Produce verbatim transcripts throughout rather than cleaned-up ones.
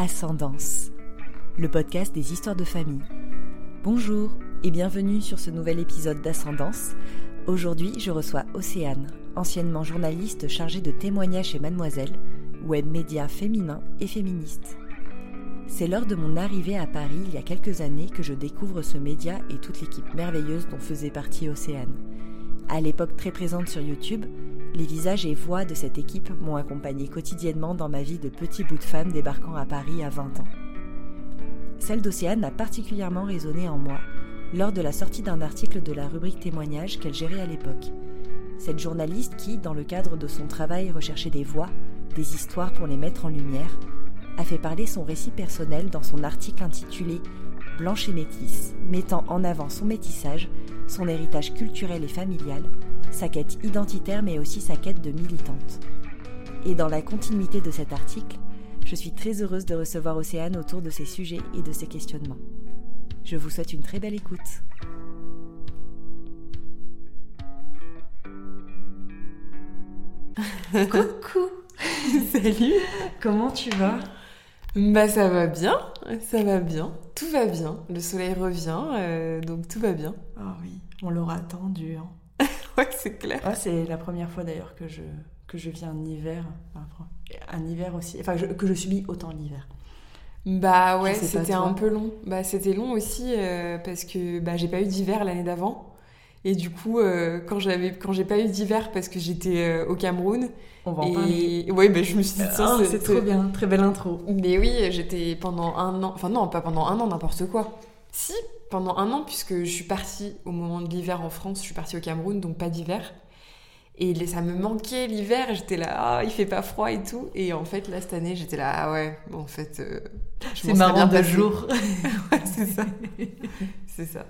Ascendance, le podcast des histoires de famille. Bonjour et bienvenue sur ce nouvel épisode d'Ascendance. Aujourd'hui, je reçois Océane, anciennement journaliste chargée de témoignages chez Mademoiselle, web média féminin et féministe. C'est lors de mon arrivée à Paris il y a quelques années que je découvre ce média et toute l'équipe merveilleuse dont faisait partie Océane. À l'époque très présente sur YouTube, les visages et voix de cette équipe m'ont accompagnée quotidiennement dans ma vie de petit bout de femme débarquant à Paris à vingt ans. Celle d'Océane a particulièrement résonné en moi lors de la sortie d'un article de la rubrique témoignages qu'elle gérait à l'époque. Cette journaliste qui, dans le cadre de son travail, recherchait des voix, des histoires pour les mettre en lumière, a fait parler son récit personnel dans son article intitulé « Blanche et métisse », mettant en avant son métissage, son héritage culturel et familial, sa quête identitaire mais aussi sa quête de militante. Et dans la continuité de cet article, je suis très heureuse de recevoir Océane autour de ces sujets et de ses questionnements. Je vous souhaite une très belle écoute. Coucou. Salut. Comment tu vas ? Bah ça va bien, ça va bien, tout va bien. Le soleil revient, euh, donc tout va bien. Ah oui, on l'aura attendu. Hein. Ouais, c'est clair. Ah, c'est la première fois d'ailleurs que je, que je vis un hiver, enfin, un hiver aussi, enfin je, que je subis autant l'hiver. Bah ouais, c'était un peu long. Bah c'était long aussi euh, parce que bah j'ai pas eu d'hiver l'année d'avant. Et du coup, euh, quand j'avais, quand j'ai pas eu d'hiver parce que j'étais euh, au Cameroun, on va en et... parler. Ouais, bah je me suis dit ça, oh, c'est, c'est trop bien, très belle intro. Mais oui, j'étais pendant un an, enfin non, pas pendant un an, n'importe quoi. Si, pendant un an, puisque je suis partie au moment de l'hiver en France, je suis partie au Cameroun, donc pas d'hiver. Et ça me manquait l'hiver, et j'étais là, ah, il fait pas froid et tout. Et en fait, là, cette année, j'étais là, ah ouais, bon, en fait, euh, je c'est marrant de jour. Ouais, c'est ça. C'est ça.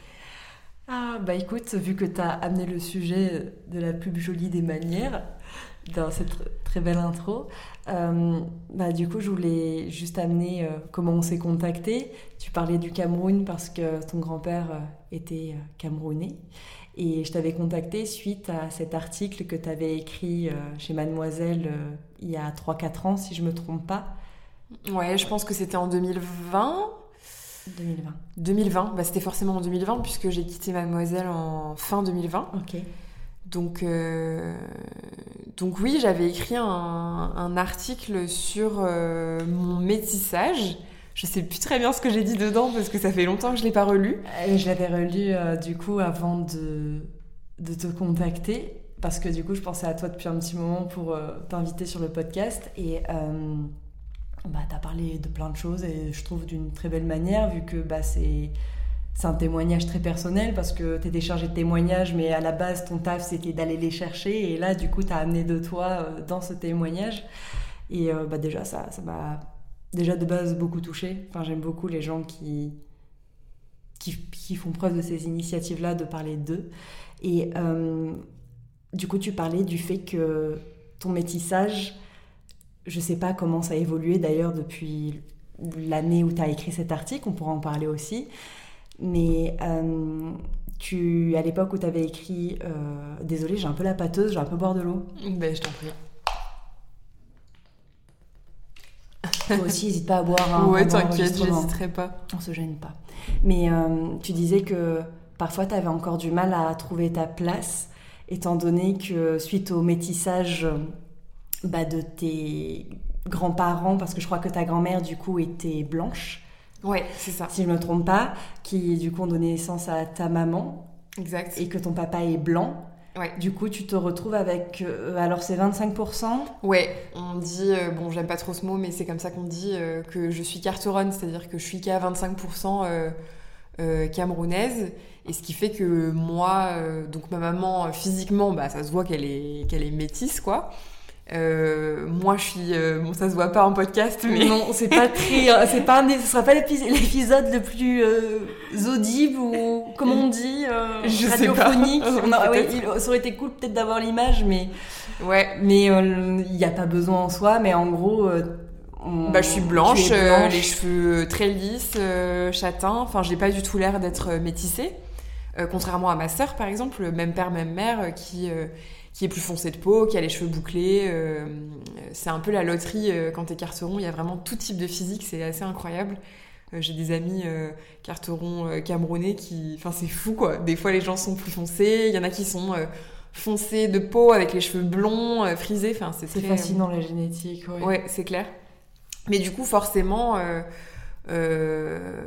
Ah, bah écoute, vu que tu as amené le sujet de la plus jolie des manières dans cette très belle intro, euh, bah du coup, je voulais juste amener euh, comment on s'est contactés. Tu parlais du Cameroun parce que ton grand-père euh, était euh, camerounais. Et je t'avais contacté suite à cet article que tu avais écrit euh, chez Mademoiselle euh, il y a trois quatre ans, si je ne me trompe pas. Ouais, je pense que c'était en deux mille vingt. deux mille vingt. deux mille vingt, bah c'était forcément en deux mille vingt puisque j'ai quitté Mademoiselle en fin deux mille vingt. Ok. Donc, euh, donc oui, j'avais écrit un, un article sur euh, mon métissage. Je sais plus très bien ce que j'ai dit dedans parce que ça fait longtemps que je l'ai pas relu. Je l'avais relu euh, du coup avant de, de te contacter parce que du coup je pensais à toi depuis un petit moment pour euh, t'inviter sur le podcast et euh, bah, t'as parlé de plein de choses et je trouve d'une très belle manière vu que bah, c'est, c'est un témoignage très personnel parce que t'étais chargée de témoignages mais à la base ton taf c'était d'aller les chercher et là du coup t'as amené de toi euh, dans ce témoignage et euh, bah, déjà ça, ça m'a déjà de base beaucoup touchée. Enfin, j'aime beaucoup les gens qui, qui, qui font preuve de ces initiatives-là de parler d'eux et euh, du coup tu parlais du fait que ton métissage, je sais pas comment ça a évolué d'ailleurs depuis l'année où tu as écrit cet article, on pourra en parler aussi, mais euh, tu, à l'époque où tu avais écrit euh, désolée j'ai un peu la pâteuse, j'ai un peu boire de l'eau. Ben je t'en prie. Toi aussi n'hésite pas à boire un ouais t'inquiète, j'hésiterai pas, on se gêne pas, mais euh, tu disais que parfois tu avais encore du mal à trouver ta place étant donné que suite au métissage bah, de tes grands-parents, parce que je crois que ta grand-mère du coup était blanche. Ouais, c'est ça. Si je me trompe pas, qui du coup ont donné naissance à ta maman. Exact. Et que ton papa est blanc. Ouais. Du coup, tu te retrouves avec... Euh, alors, c'est vingt-cinq pour cent. Ouais, on dit... Euh, bon, j'aime pas trop ce mot, mais c'est comme ça qu'on dit euh, que je suis carteronne, c'est-à-dire que je suis qu'à vingt-cinq pour cent euh, euh, camerounaise. Et ce qui fait que moi... Euh, donc, ma maman, physiquement, bah, ça se voit qu'elle est, qu'elle est métisse, quoi. Euh, moi je suis euh, bon ça se voit pas en podcast mais non c'est pas très c'est pas un, ce sera pas l'épisode, l'épisode le plus euh, audible ou comment on dit euh, je radiophonique sais pas. On a, ouais, il, ça aurait été cool peut-être d'avoir l'image mais ouais mais il euh, y a pas besoin en soi mais en gros euh, on, bah je suis blanche, blanche. Euh, les cheveux très lisses euh, châtains enfin j'ai pas du tout l'air d'être métissée. Euh, contrairement à ma sœur, par exemple, même père, même mère, euh, qui, euh, qui est plus foncée de peau, qui a les cheveux bouclés. Euh, c'est un peu la loterie euh, quand t'es carteron. Il y a vraiment tout type de physique, c'est assez incroyable. Euh, j'ai des amis euh, carterons euh, camerounais qui... Enfin, c'est fou, quoi. Des fois, les gens sont plus foncés. Il y en a qui sont... Euh, foncé de peau avec les cheveux blonds, euh, frisés. Enfin, c'est c'est très, fascinant, euh... la génétique. Ouais, ouais c'est clair. Mais du coup, forcément, euh, euh,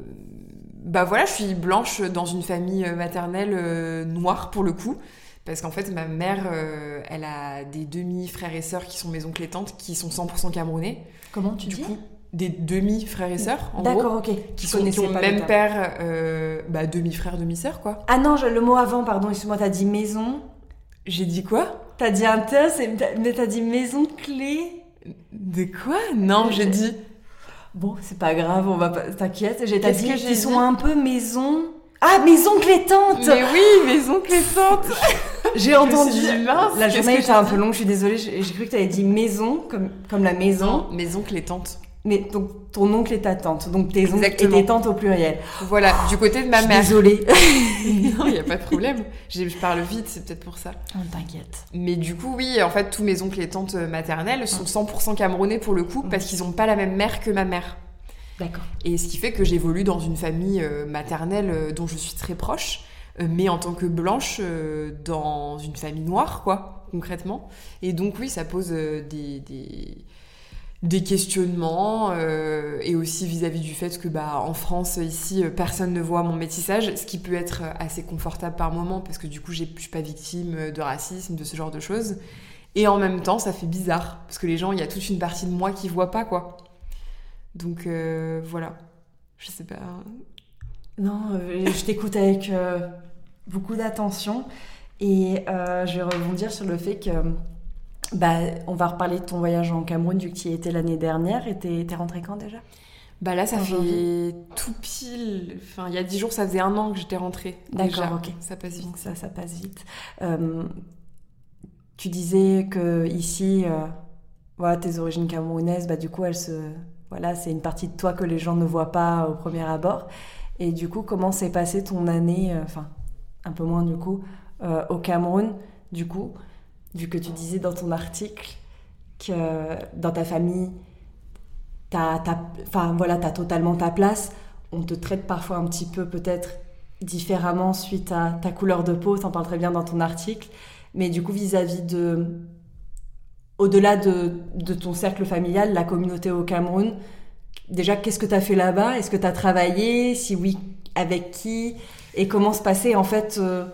bah voilà, je suis blanche dans une famille maternelle euh, noire pour le coup. Parce qu'en fait, ma mère, euh, elle a des demi-frères et sœurs qui sont mes oncles et tantes, qui sont cent pour cent camerounais. Comment tu du dis coup, des demi-frères et sœurs, en D'accord, gros. ok. Qui, sont, qui ont le même père, euh, bah, demi-frère, demi-sœur, quoi. Ah non, je, le mot avant, pardon, excuse-moi, t'as dit maison. J'ai dit quoi? T'as dit un tas, mais t'as dit maison clé. De quoi? Non, j'ai dit... Bon, c'est pas grave, on va pas... T'inquiète, j'ai Qu'est-ce dit que j'ai qu'ils dit sont un peu maison... Ah, mes oncles et tantes. Mais oui, mes oncles et tantes. J'ai entendu... Dit, mince, la journée était un peu dit longue, je suis désolée, j'ai, j'ai cru que t'avais dit maison, comme, comme la maison. Non, mes oncles et tantes. Mais donc, ton oncle et ta tante, donc tes oncles Exactement. et tes tantes au pluriel. Voilà, du côté de ma je mère. suis désolée. Non, il n'y a pas de problème. Je, je parle vite, c'est peut-être pour ça. Oh, t'inquiète. Mais du coup, oui, en fait, tous mes oncles et tantes maternelles sont cent pour cent camerounais pour le coup, mmh. parce qu'ils n'ont pas la même mère que ma mère. D'accord. Et ce qui fait que j'évolue dans une famille euh, maternelle euh, dont je suis très proche, euh, mais en tant que blanche, euh, dans une famille noire, quoi, concrètement. Et donc, oui, ça pose euh, des... des... des questionnements euh, et aussi vis-à-vis du fait que bah en France ici personne ne voit mon métissage, ce qui peut être assez confortable par moment parce que du coup je suis pas victime de racisme, de ce genre de choses, et en même temps ça fait bizarre parce que les gens, il y a toute une partie de moi qui voit pas, quoi. Donc euh, voilà, je sais pas. Non, euh, je t'écoute avec euh, beaucoup d'attention et euh, je vais rebondir sur le fait que bah, on va reparler de ton voyage en Cameroun, vu que tu y étais l'année dernière. Et t'es, t'es rentrée quand déjà? Bah là, ça en fait janvier. Tout pile. Enfin, il y a dix jours, ça faisait un an que j'étais rentrée. D'accord, déjà. ok. Ça passe vite. Donc ça, ça passe vite. Euh, tu disais que ici, euh, voilà, tes origines camerounaises, bah du coup, elles se, voilà, c'est une partie de toi que les gens ne voient pas au premier abord. Et du coup, comment s'est passée ton année, enfin, euh, un peu moins du coup, euh, au Cameroun, du coup? Vu que tu disais dans ton article que dans ta famille, t'as, t'as, enfin, voilà, t'as totalement ta place. On te traite parfois un petit peu peut-être différemment suite à ta couleur de peau, t'en parles très bien dans ton article. Mais du coup, vis-à-vis de... Au-delà de, de ton cercle familial, la communauté au Cameroun, déjà, qu'est-ce que t'as fait là-bas? Est-ce que t'as travaillé? Si oui, avec qui? Et comment se passait en fait... Euh,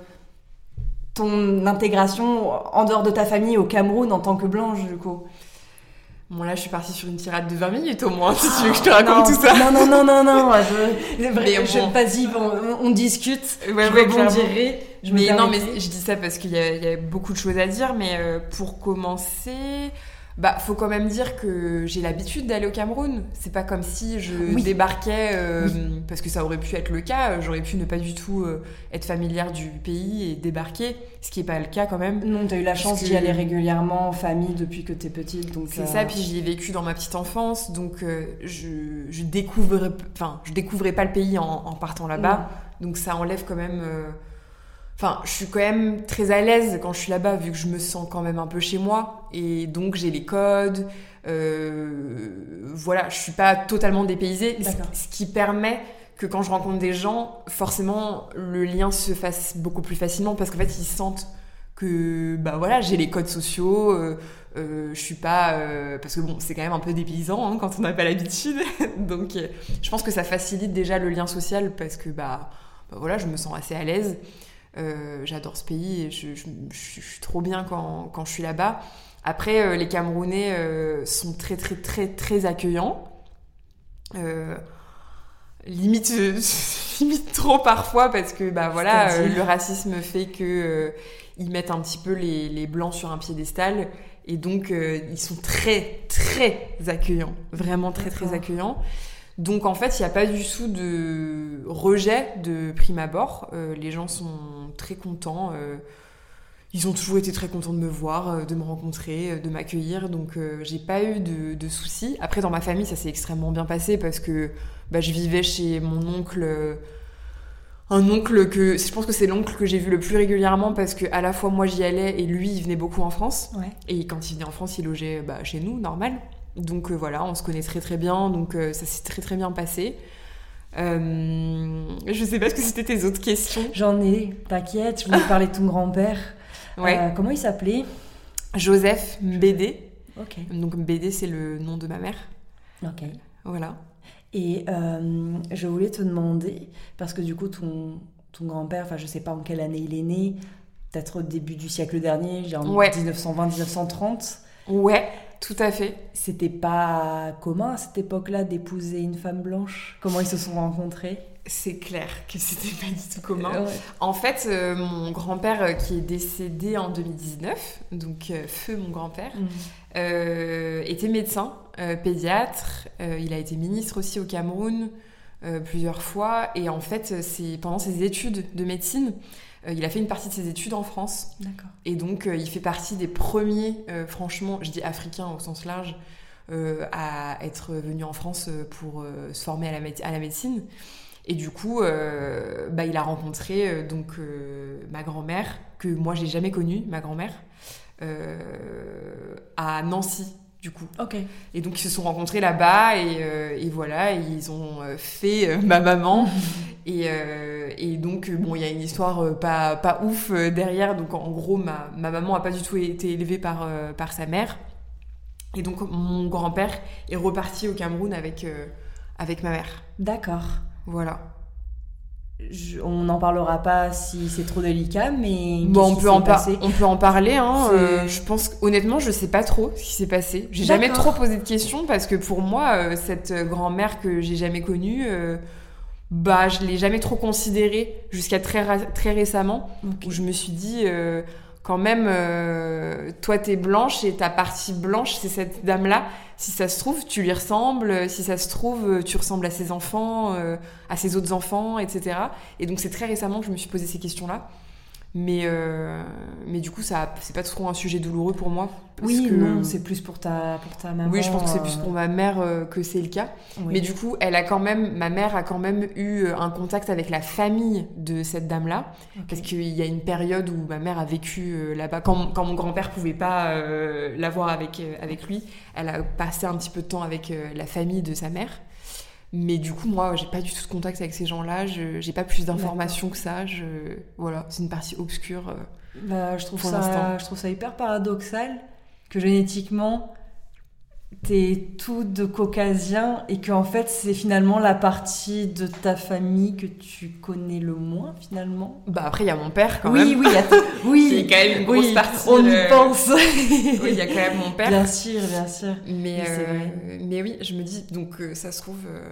ton intégration en dehors de ta famille au Cameroun en tant que blanche, du coup? Bon, là, je suis partie sur une tirade de vingt minutes au moins, si tu veux que je te raconte non, tout ça. Non, non, non, non, non. Je, mais je, bon. Vas-y, bon, on discute. Ouais, je ouais, rebondirai. Je mais non, mais je dis ça parce qu'il y a, il y a beaucoup de choses à dire. Mais euh, pour commencer... Bah, faut quand même dire que j'ai l'habitude d'aller au Cameroun. C'est pas comme si je oui. débarquais, euh, oui. parce que ça aurait pu être le cas. J'aurais pu ne pas du tout euh, être familière du pays et débarquer, ce qui est pas le cas quand même. Non, t'as eu la chance que... d'y aller régulièrement en famille depuis que t'es petite, donc. C'est euh... ça. Puis j'y ai vécu dans ma petite enfance, donc euh, je je découvrais, enfin, je découvrais pas le pays en, en partant là-bas. Non. Donc ça enlève quand même. Euh... Enfin, je suis quand même très à l'aise quand je suis là-bas, vu que je me sens quand même un peu chez moi. Et donc, j'ai les codes. Euh, voilà, je suis pas totalement dépaysée. D'accord. Ce qui permet que quand je rencontre des gens, forcément, le lien se fasse beaucoup plus facilement. Parce qu'en fait, ils sentent que, bah voilà, j'ai les codes sociaux. Euh, euh, je suis pas... Euh, parce que bon, c'est quand même un peu dépaysant hein, quand on n'a pas l'habitude. Donc, euh, je pense que ça facilite déjà le lien social parce que, bah, bah voilà, je me sens assez à l'aise. Euh, j'adore ce pays et je, je, je, je suis trop bien quand, quand je suis là-bas. Après, euh, les Camerounais euh, sont très, très, très, très accueillants. Euh, limite, euh, limite trop parfois parce que bah, voilà, euh, le racisme fait qu'ils euh, mettent un petit peu les, les blancs sur un piédestal et donc euh, ils sont très, très accueillants. Vraiment très, très accueillants. Donc en fait, il n'y a pas du tout de rejet de prime abord. Euh, les gens sont très contents. Euh, ils ont toujours été très contents de me voir, euh, de me rencontrer, euh, de m'accueillir. Donc euh, j'ai pas eu de, de soucis. Après, dans ma famille, ça s'est extrêmement bien passé parce que bah, je vivais chez mon oncle euh, un oncle que... Je pense que c'est l'oncle que j'ai vu le plus régulièrement parce que à la fois moi j'y allais et lui il venait beaucoup en France. Ouais. Et quand il venait en France, il logeait bah, chez nous, normal. Donc euh, voilà, on se connaît très très bien, donc euh, ça s'est très très bien passé. Euh... Je sais pas ce que c'était tes autres questions. J'en ai, t'inquiète, je voulais parler de ton grand-père. Ouais. Euh, comment il s'appelait ? Joseph Mbédé. Ok. Donc Mbédé, c'est le nom de ma mère. Ok. Voilà. Et euh, je voulais te demander, parce que du coup, ton, ton grand-père, enfin, je sais pas en quelle année il est né, peut-être au début du siècle dernier, genre Ouais. dix-neuf cent vingt dix-neuf cent trente. Ouais, tout à fait. C'était pas commun à cette époque-là d'épouser une femme blanche. Comment ils se sont rencontrés ? C'est clair que c'était pas du tout commun. Euh, ouais. En fait, euh, mon grand-père euh, qui est décédé en deux mille dix-neuf, donc euh, feu mon grand-père, Mmh. euh, était médecin, euh, pédiatre. Euh, il a été ministre aussi au Cameroun euh, plusieurs fois. Et en fait, c'est pendant ses études de médecine, euh, il a fait une partie de ses études en France. D'accord. Et donc, euh, il fait partie des premiers, euh, franchement, je dis africains au sens large, euh, à être venu en France pour euh, se former à la, méde- à la médecine. Et du coup, euh, bah, il a rencontré euh, donc, euh, ma grand-mère, que moi, j'ai jamais connue, ma grand-mère, euh, à Nancy, du coup. Ok. Et donc, ils se sont rencontrés là-bas, et, euh, et voilà, et ils ont euh, fait euh, ma maman. Et, euh, et donc, bon, il y a une histoire euh, pas, pas ouf euh, derrière. Donc, en gros, ma, ma maman n'a pas du tout été élevée par, euh, par sa mère. Et donc, mon grand-père est reparti au Cameroun avec, euh, avec ma mère. D'accord. Voilà. Je- on n'en parlera pas si c'est trop délicat, mais Bon, on qu'est-ce qui peut, en s'est par- passé ? on peut en parler. Hein. C'est- Euh, je pense que, honnêtement, je sais pas trop ce qui s'est passé. J'ai jamais D'accord. trop posé de questions parce que pour moi, euh, cette euh, grand-mère que j'ai jamais connue, euh, bah, je l'ai jamais trop considérée jusqu'à très, ra- très récemment, Ok. où je me suis dit, euh, quand même, euh, toi, t'es blanche et ta partie blanche, c'est cette dame-là. Si ça se trouve, tu lui ressembles. Si ça se trouve, tu ressembles à ses enfants, euh, à ses autres enfants, et cetera. Et donc, c'est très récemment que je me suis posé ces questions-là. Mais, euh, mais du coup, ça, c'est pas trop un sujet douloureux pour moi. parce Oui, que- non, c'est plus pour ta, pour ta maman. Oui, je pense que c'est plus euh, pour ma mère euh, que c'est le cas. oui. Mais du coup, elle a quand même, ma mère a quand même eu un contact avec la famille de cette dame-là. Ok. Parce qu'il y a une période où ma mère a vécu euh, là-bas. Quand, quand mon grand-père pouvait pas euh, la voir avec, euh, avec lui, elle a passé un petit peu de temps avec euh, la famille de sa mère. Mais du coup, moi, j'ai pas du tout de contact avec ces gens-là. Je, j'ai pas plus d'informations que ça. Je, voilà, c'est une partie obscure. euh. Bah, je, trouve Pour ça, l'instant. je trouve ça hyper paradoxal que génétiquement, t'es tout de caucasien et qu'en fait, c'est finalement la partie de ta famille que tu connais le moins, finalement. Bah après, il y a mon père quand oui, même. oui, attends, oui, Qui est quand même une grosse oui, partie, on y euh, pense. Oui, il y a quand même mon père. Bien sûr, bien sûr. Mais, Oui, c'est euh, vrai. mais oui, je me dis, donc euh, ça se trouve, euh,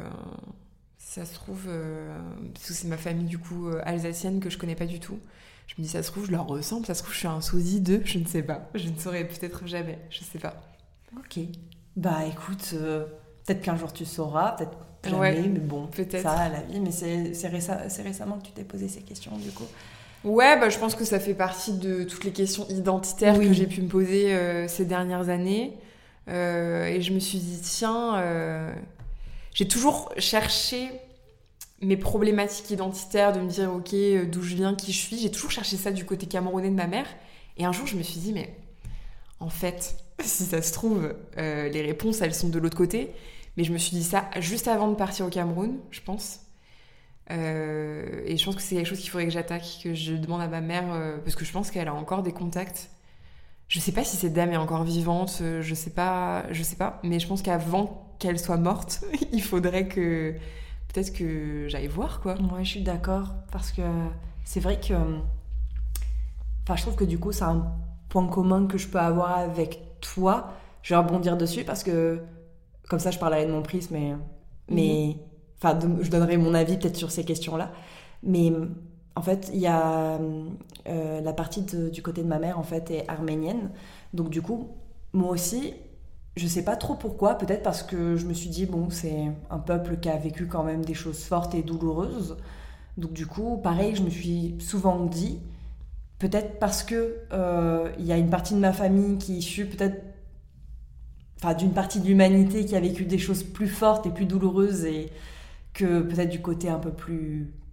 ça se trouve, euh, parce que c'est ma famille du coup euh, alsacienne que je connais pas du tout. Je me dis, ça se trouve, je leur ressemble, ça se trouve, je suis un sosie d'eux, je ne sais pas. Je ne saurais peut-être jamais, je sais pas. Ok. Bah écoute, euh, peut-être qu'un jour tu sauras, peut-être jamais, Ouais, mais bon, peut-être. ça, la vie. Mais c'est, c'est, réce- c'est récemment que tu t'es posé ces questions, du coup. Ouais, bah, je pense que ça fait partie de toutes les questions identitaires Oui. que j'ai pu me poser euh, ces dernières années. Euh, et je me suis dit, tiens, euh, j'ai toujours cherché mes problématiques identitaires, de me dire, ok, euh, d'où je viens, qui je suis. J'ai toujours cherché ça du côté camerounais de ma mère. Et un jour, je me suis dit, mais en fait, si ça se trouve, euh, les réponses, elles sont de l'autre côté. Mais je me suis dit ça juste avant de partir au Cameroun, je pense. Euh, et je pense que c'est quelque chose qu'il faudrait que j'attaque, que je demande à ma mère, euh, parce que je pense qu'elle a encore des contacts. Je sais pas si cette dame est encore vivante, euh, je sais pas, je sais pas, mais je pense qu'avant qu'elle soit morte, il faudrait que peut-être que j'aille voir, quoi. Ouais, je suis d'accord, parce que c'est vrai que... Enfin, je trouve que du coup, c'est un point commun que je peux avoir avec toi. Je vais rebondir dessus, parce que comme ça, je parlerai de mon prisme, mais... mais... Enfin, de- je donnerai mon avis peut-être sur ces questions-là. Mais en fait, il y a euh, la partie de- du côté de ma mère, en fait, est arménienne. Donc du coup, moi aussi, je sais pas trop pourquoi. Peut-être parce que je me suis dit, bon, c'est un peuple qui a vécu quand même des choses fortes et douloureuses. Donc du coup, pareil, je me suis souvent dit, peut-être parce que euh, il y a une partie de ma famille qui est issue peut-être, enfin, d'une partie de l'humanité qui a vécu des choses plus fortes et plus douloureuses, et que peut-être du côté un peu plus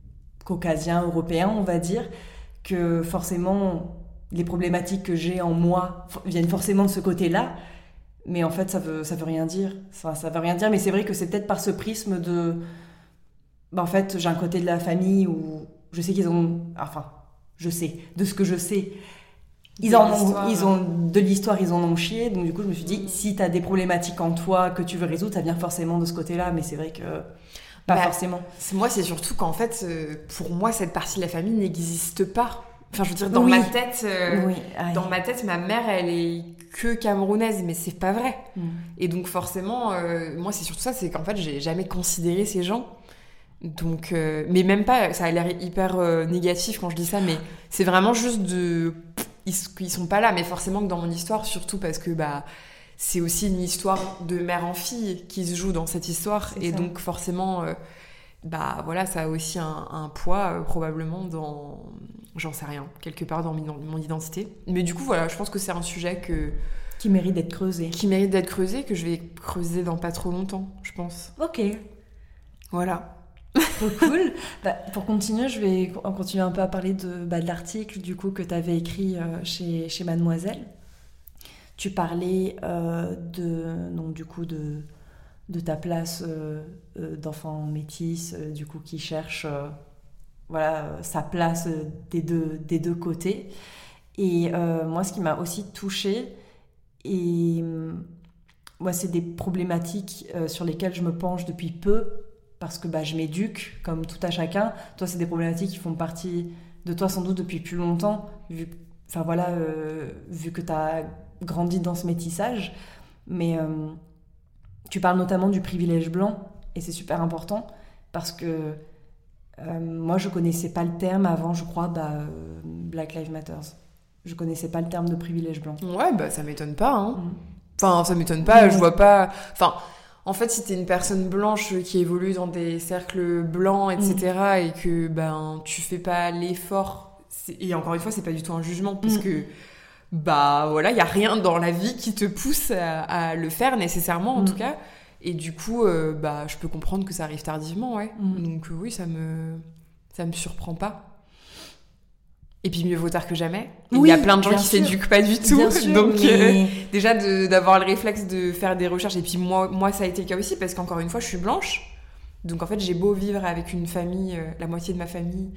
caucasien, européen, on va dire, que forcément, les problématiques que j'ai en moi viennent forcément de ce côté-là. Mais en fait, ça veut, ça veut rien dire. Ça, ça veut rien dire, mais c'est vrai que c'est peut-être par ce prisme de... Ben, en fait, j'ai un côté de la famille où je sais qu'ils ont... Enfin, je sais, de ce que je sais... Ils, en ont, ils ont de l'histoire, ils en ont chié. Donc du coup, je me suis dit, si tu as des problématiques en toi que tu veux résoudre, ça vient forcément de ce côté-là. Mais c'est vrai que pas bah, forcément. C'est, moi, c'est surtout qu'en fait, euh, pour moi, cette partie de la famille n'existe pas. Enfin, je veux dire, dans oui. ma tête, euh, oui. dans ma tête, ma mère, elle est que camerounaise, mais c'est pas vrai. Mm. Et donc forcément, euh, moi, c'est surtout ça, c'est qu'en fait, j'ai jamais considéré ces gens. Donc, euh, mais même pas. Ça a l'air hyper euh, négatif quand je dis ça, mais c'est vraiment juste de. Ils, ils sont pas là, mais forcément que dans mon histoire, surtout parce que bah, c'est aussi une histoire de mère en fille qui se joue dans cette histoire. C'est et ça. Donc forcément, euh, bah, voilà, ça a aussi un, un poids euh, probablement dans, j'en sais rien, quelque part dans mon, mon identité. Mais du coup, voilà, je pense que c'est un sujet que... Qui mérite d'être creusé. Qui mérite d'être creusé, que je vais creuser dans pas trop longtemps, je pense. Ok. Voilà. Trop cool. Bah, pour continuer, je vais continuer un peu à parler de, bah, de l'article du coup que tu avais écrit euh, chez, chez Mademoiselle. Tu parlais euh, de, donc, du coup, de, de ta place euh, euh, d'enfant métis, euh, du coup, qui cherche euh, voilà, euh, sa place euh, des, deux, des deux côtés. Et euh, moi, ce qui m'a aussi touchée, et euh, moi, c'est des problématiques euh, sur lesquelles je me penche depuis peu, parce que bah, je m'éduque comme tout à chacun. Toi, c'est des problématiques qui font partie de toi sans doute depuis plus longtemps, vu, enfin, voilà, euh, vu que tu as grandi dans ce métissage. Mais euh, tu parles notamment du privilège blanc, et c'est super important, parce que euh, moi, je connaissais pas le terme avant, je crois, bah, euh, Black Lives Matter. Je connaissais pas le terme de privilège blanc. Ouais, bah ça m'étonne pas. Hein. Mmh. Enfin, ça m'étonne pas, mmh. je vois pas... Enfin... En fait, si t'es une personne blanche qui évolue dans des cercles blancs, et cetera, mmh. et que ben tu fais pas l'effort, c'est... et encore une fois, c'est pas du tout un jugement, parce mmh. que bah voilà, y a rien dans la vie qui te pousse à, à le faire nécessairement, en mmh. tout cas. Et du coup, euh, bah je peux comprendre que ça arrive tardivement, ouais. Mmh. Donc euh, oui, ça me ça me surprend pas. Et puis mieux vaut tard que jamais. Il oui, y a plein de gens qui sûr. s'éduquent pas du tout. Sûr, donc mais... euh, déjà de, d'avoir le réflexe de faire des recherches. Et puis moi, moi, ça a été le cas aussi parce qu'encore une fois, je suis blanche. Donc en fait, j'ai beau vivre avec une famille, euh, la moitié de ma famille,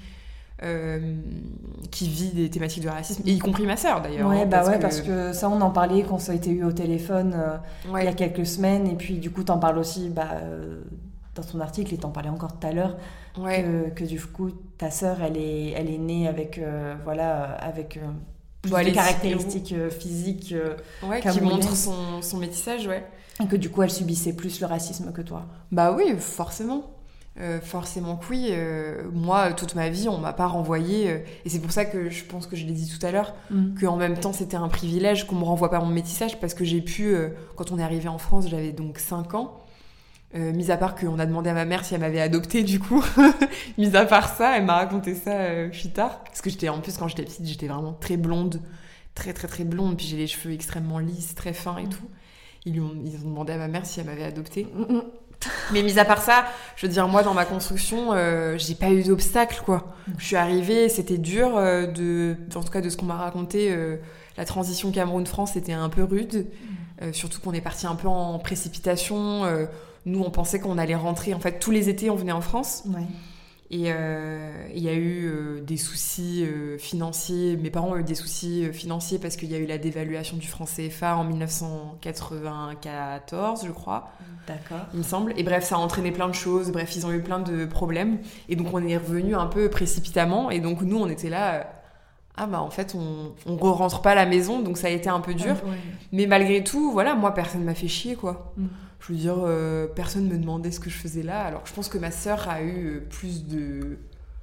euh, qui vit des thématiques de racisme, et y compris ma sœur d'ailleurs. Ouais, hein, bah parce ouais, que... parce que ça, on en parlait quand ça a été eu au téléphone euh, ouais. il y a quelques semaines. Et puis du coup, t'en parles aussi bah, euh, dans ton article, et t'en parlais encore tout à l'heure. Ouais. Que, que du coup ta sœur elle est elle est née avec euh, voilà avec euh, plus bon, de caractéristiques euh, physiques euh, ouais, qui montrent son son métissage, ouais, et que du coup elle subissait plus le racisme que toi. Bah oui, forcément. Euh, forcément que oui. Euh, moi, toute ma vie, on m'a pas renvoyé, euh, et c'est pour ça que je pense que je l'ai dit tout à l'heure, mm. qu'en même temps c'était un privilège qu'on me renvoie pas mon métissage, parce que j'ai pu, euh, quand on est arrivé en France, j'avais donc cinq ans. Euh, mis à part qu'on a demandé à ma mère si elle m'avait adoptée, du coup. Mis à part ça, elle m'a raconté ça euh, plus tard. Parce que j'étais, en plus, quand j'étais petite, j'étais vraiment très blonde. Très, très, très blonde. Puis j'ai les cheveux extrêmement lisses, très fins et mmh. tout. Ils, lui ont, ils ont demandé à ma mère si elle m'avait adoptée. Mmh. Mais mis à part ça, je veux dire, moi, dans ma construction, euh, j'ai pas eu d'obstacle, quoi. Mmh. Je suis arrivée, c'était dur, euh, de, en tout cas de ce qu'on m'a raconté. Euh, la transition Cameroun-France, c'était un peu rude. Mmh. Euh, surtout qu'on est parti un peu en précipitation. Euh, Nous, on pensait qu'on allait rentrer... En fait, tous les étés, on venait en France. Ouais. Et il euh, y a eu euh, des soucis euh, financiers. Mes parents ont eu des soucis euh, financiers parce qu'il y a eu la dévaluation du franc C F A en dix-neuf cent quatre-vingt-quatorze, je crois. D'accord. Il me semble. Et bref, ça a entraîné plein de choses. Bref, ils ont eu plein de problèmes. Et donc, on est revenu un peu précipitamment. Et donc, nous, on était là... Euh, ah bah en fait on on re-rentre pas à la maison, donc ça a été un peu dur. Ah, ouais. Mais malgré tout, voilà, moi personne m'a fait chier, quoi. Mm. Je veux dire, euh, personne me demandait ce que je faisais là. Alors je pense que ma sœur a eu plus de...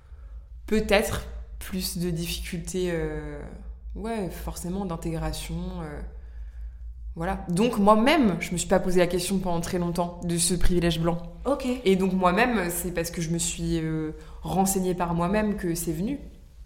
Peut-être plus de difficultés, euh... ouais, forcément d'intégration. Euh... Voilà. Donc moi-même, je me suis pas posé la question pendant très longtemps de ce privilège blanc. Ok. Et donc moi-même, c'est parce que je me suis euh, renseignée par moi-même que c'est venu.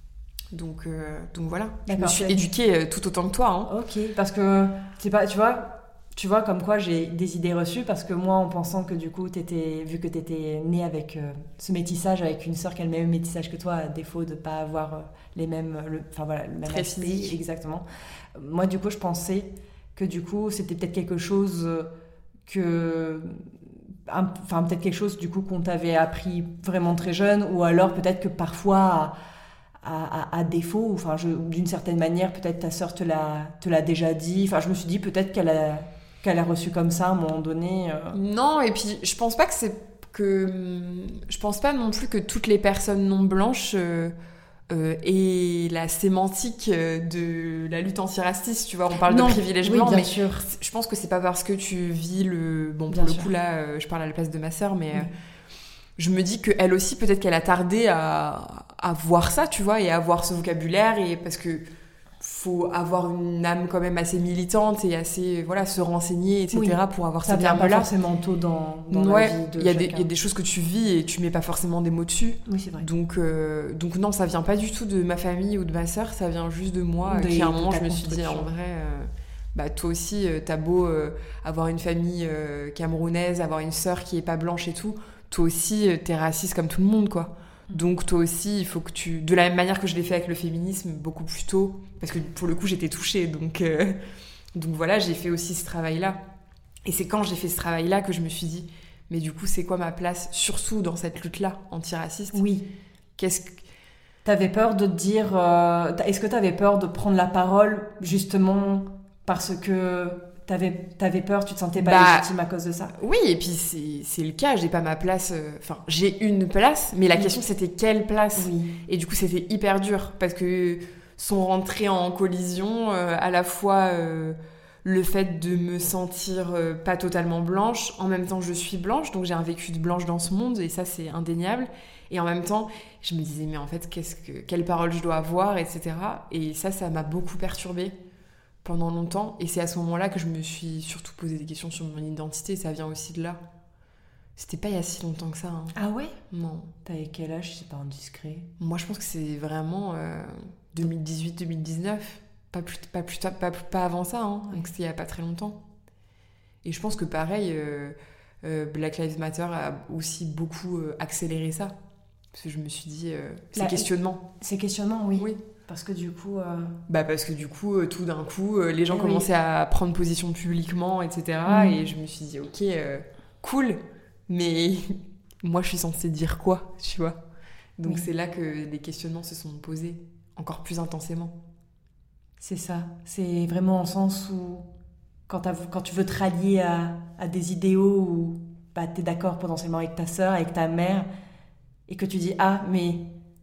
Donc, euh, donc voilà, D'accord, je me suis éduquée euh, tout autant que toi. Hein. Ok, parce que c'est pas, tu vois, tu vois, comme quoi j'ai des idées reçues, parce que moi, en pensant que du coup, t'étais, vu que tu étais née avec euh, ce métissage, avec une sœur qui a le même métissage que toi, à défaut de ne pas avoir euh, les mêmes, le, enfin, voilà, le même Très aspect, physique. exactement. Moi, du coup, je pensais que du coup, c'était peut-être quelque chose que... Enfin, peut-être quelque chose du coup qu'on t'avait appris vraiment très jeune, ou alors peut-être que parfois... À, à, à défaut, enfin, je, d'une certaine manière, peut-être ta sœur te l'a, te l'a déjà dit. Enfin, je me suis dit peut-être qu'elle a, qu'elle a reçu comme ça à un moment donné. Euh... Non, et puis je pense pas que c'est que je pense pas non plus que toutes les personnes non blanches euh, euh, aient la sémantique de la lutte anti-raciste. Tu vois, on parle non, de privilège oui, blanc, bien mais sûr. je pense que c'est pas parce que tu vis le bon Bien pour le sûr. coup là, euh, je parle à la place de ma sœur, mais Oui. euh, je me dis qu'elle aussi, peut-être qu'elle a tardé à, à voir ça, tu vois, et à voir ce vocabulaire, et parce que faut avoir une âme quand même assez militante et assez, voilà, se renseigner, et cetera, Oui. pour avoir Ça ces vient pas termes-là. forcément tôt dans, dans Ouais, la vie de il y a des- chacun. il y a des choses que tu vis et tu mets pas forcément des mots dessus. Oui, c'est vrai. Donc, euh, donc non, ça vient pas du tout de ma famille ou de ma sœur, ça vient juste de moi, De- qui à un de moment, ta je me suis dit, en construction. vrai... euh, bah, toi aussi, euh, t'as beau euh, avoir une famille euh, camerounaise, avoir une sœur qui est pas blanche et tout, toi aussi, euh, t'es raciste comme tout le monde, quoi. Donc toi aussi, il faut que tu... De la même manière que je l'ai fait avec le féminisme, beaucoup plus tôt, parce que pour le coup, j'étais touchée, donc, euh, donc voilà, j'ai fait aussi ce travail-là. Et c'est quand j'ai fait ce travail-là que je me suis dit, mais du coup, c'est quoi ma place, surtout dans cette lutte-là, antiraciste ? Oui. Qu'est-ce que... T'avais peur de te dire... euh, t'as- Est-ce que t'avais peur de prendre la parole, justement, parce que t'avais, t'avais peur, tu te sentais pas Bah, légitime à cause de ça? Oui, et puis c'est, c'est le cas, j'ai pas ma place... euh, Enfin, j'ai une place, mais la Oui. question, c'était quelle place ? Oui. Et du coup, c'était hyper dur, parce que sont rentrés en collision euh, à la fois euh, le fait de me sentir euh, pas totalement blanche, en même temps, je suis blanche, donc j'ai un vécu de blanche dans ce monde, et ça, c'est indéniable. Et en même temps, je me disais, mais en fait, qu'est-ce que, quelle parole je dois avoir, et cetera. Et ça, ça m'a beaucoup perturbée pendant longtemps. Et c'est à ce moment-là que je me suis surtout posé des questions sur mon identité. Ça vient aussi de là. C'était pas il y a si longtemps que ça. Hein. Ah ouais? Non. T'avais quel âge, si c'est pas indiscret? Moi, je pense que c'est vraiment euh, deux mille dix-huit deux mille dix-neuf. Pas, plus, pas, plus, pas, pas, pas avant ça. Hein. Ouais. Donc c'était il y a pas très longtemps. Et je pense que pareil, euh, euh, Black Lives Matter a aussi beaucoup euh, accéléré ça. Parce que je me suis dit, euh, ces La- questionnements. Ces questionnements, oui. Oui. Parce que du coup... euh, Bah parce que du coup, euh, tout d'un coup, euh, les gens Oui. commençaient à prendre position publiquement, et cetera. Mm. Et je me suis dit, ok, euh, cool, mais moi je suis censée dire quoi, tu vois? Donc Oui. c'est là que les questionnements se sont posés encore plus intensément. C'est ça. C'est vraiment en sens où, quand, t'as- quand tu veux te rallier à, à des idéaux où bah, tu es d'accord potentiellement avec ta sœur, avec ta mère, et que tu dis, ah, mais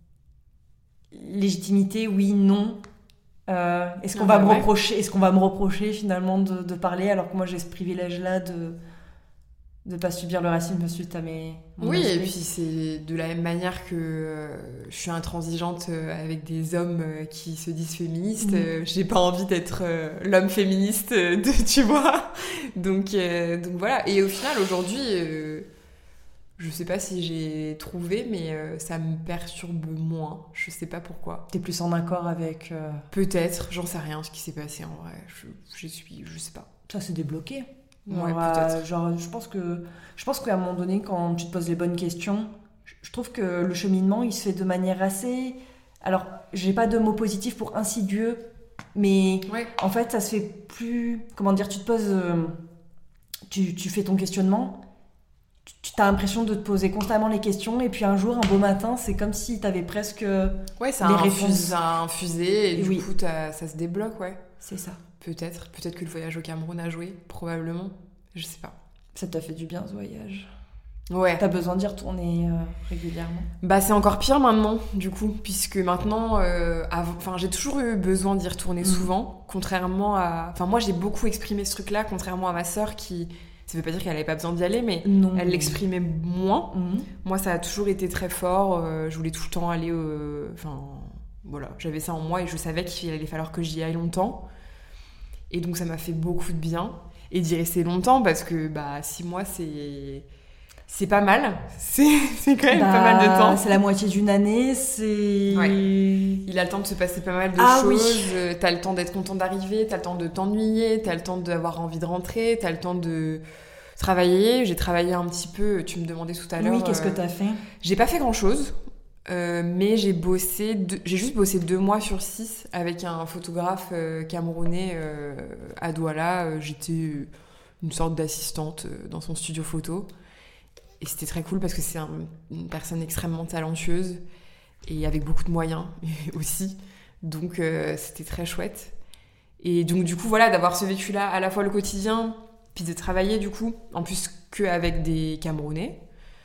légitimité, oui, non. Euh, est-ce qu'on Ah va bah me ouais. reprocher, est-ce qu'on va me reprocher finalement de, de parler alors que moi j'ai ce privilège-là de de pas subir le racisme suite à mes mon Oui, aspect. et puis c'est de la même manière que euh, je suis intransigeante euh, avec des hommes euh, qui se disent féministes, Mhm. euh, j'ai pas envie d'être euh, l'homme féministe, euh, de, tu vois. Donc, euh, donc voilà. Et au final, aujourd'hui, euh, je sais pas si j'ai trouvé, mais euh, ça me perturbe moins. Je sais pas pourquoi. T'es plus en accord avec euh, Peut-être, j'en sais rien ce qui s'est passé en vrai. Je, je suis, je sais pas. ça s'est débloqué. Ouais, Genre, peut-être. euh, genre, je pense que je pense qu'à un moment donné, quand tu te poses les bonnes questions, je, je trouve que le cheminement, il se fait de manière assez. Alors, j'ai pas de mots positifs pour insidieux, mais Ouais. en fait, ça se fait plus. Comment dire? Tu te poses, euh, tu, tu fais ton questionnement. Tu as l'impression de te poser constamment les questions, et puis un jour, un beau matin, c'est comme si t'avais presque. Ouais, ça a, Les infusé, réponses. ça a infusé, et Et du oui. coup, t'as- ça se débloque, ouais. C'est ça. Peut-être, peut-être que le voyage au Cameroun a joué, probablement, je sais pas. Ça t'a fait du bien ce voyage. Ouais. T'as besoin d'y retourner euh, régulièrement. Bah c'est encore pire maintenant, du coup, puisque maintenant, euh, av- enfin j'ai toujours eu besoin d'y retourner Mhm. souvent, contrairement à, enfin moi j'ai beaucoup exprimé ce truc-là, contrairement à ma sœur qui, ça veut pas dire qu'elle avait pas besoin d'y aller, mais Non. elle l'exprimait moins. Mhm. Moi ça a toujours été très fort, euh, je voulais tout le temps aller, euh, enfin voilà, j'avais ça en moi et je savais qu'il allait falloir que j'y aille longtemps. Et donc ça m'a fait beaucoup de bien. Et d'y rester longtemps parce que bah six mois c'est c'est pas mal. C'est c'est quand même Bah, pas mal de temps. C'est la moitié d'une année, c'est... Ouais. il a le temps de se passer pas mal de ah, choses. Oui. T'as le temps d'être content d'arriver, t'as le temps de t'ennuyer, t'as le temps d'avoir envie de rentrer, t'as le temps de travailler. J'ai travaillé un petit peu, tu me demandais tout à l'heure. Oui, qu'est-ce euh... que t'as fait? J'ai pas fait grand-chose. Euh, mais j'ai bossé, deux... j'ai juste bossé deux mois sur six avec un photographe euh, camerounais euh, à Douala. Euh, j'étais une sorte d'assistante euh, dans son studio photo. Et c'était très cool parce que c'est un, une personne extrêmement talentueuse et avec beaucoup de moyens aussi. Donc euh, c'était très chouette. Et donc du coup, voilà, d'avoir ce vécu-là, à la fois le quotidien, puis de travailler du coup, en plus qu'avec des Camerounais.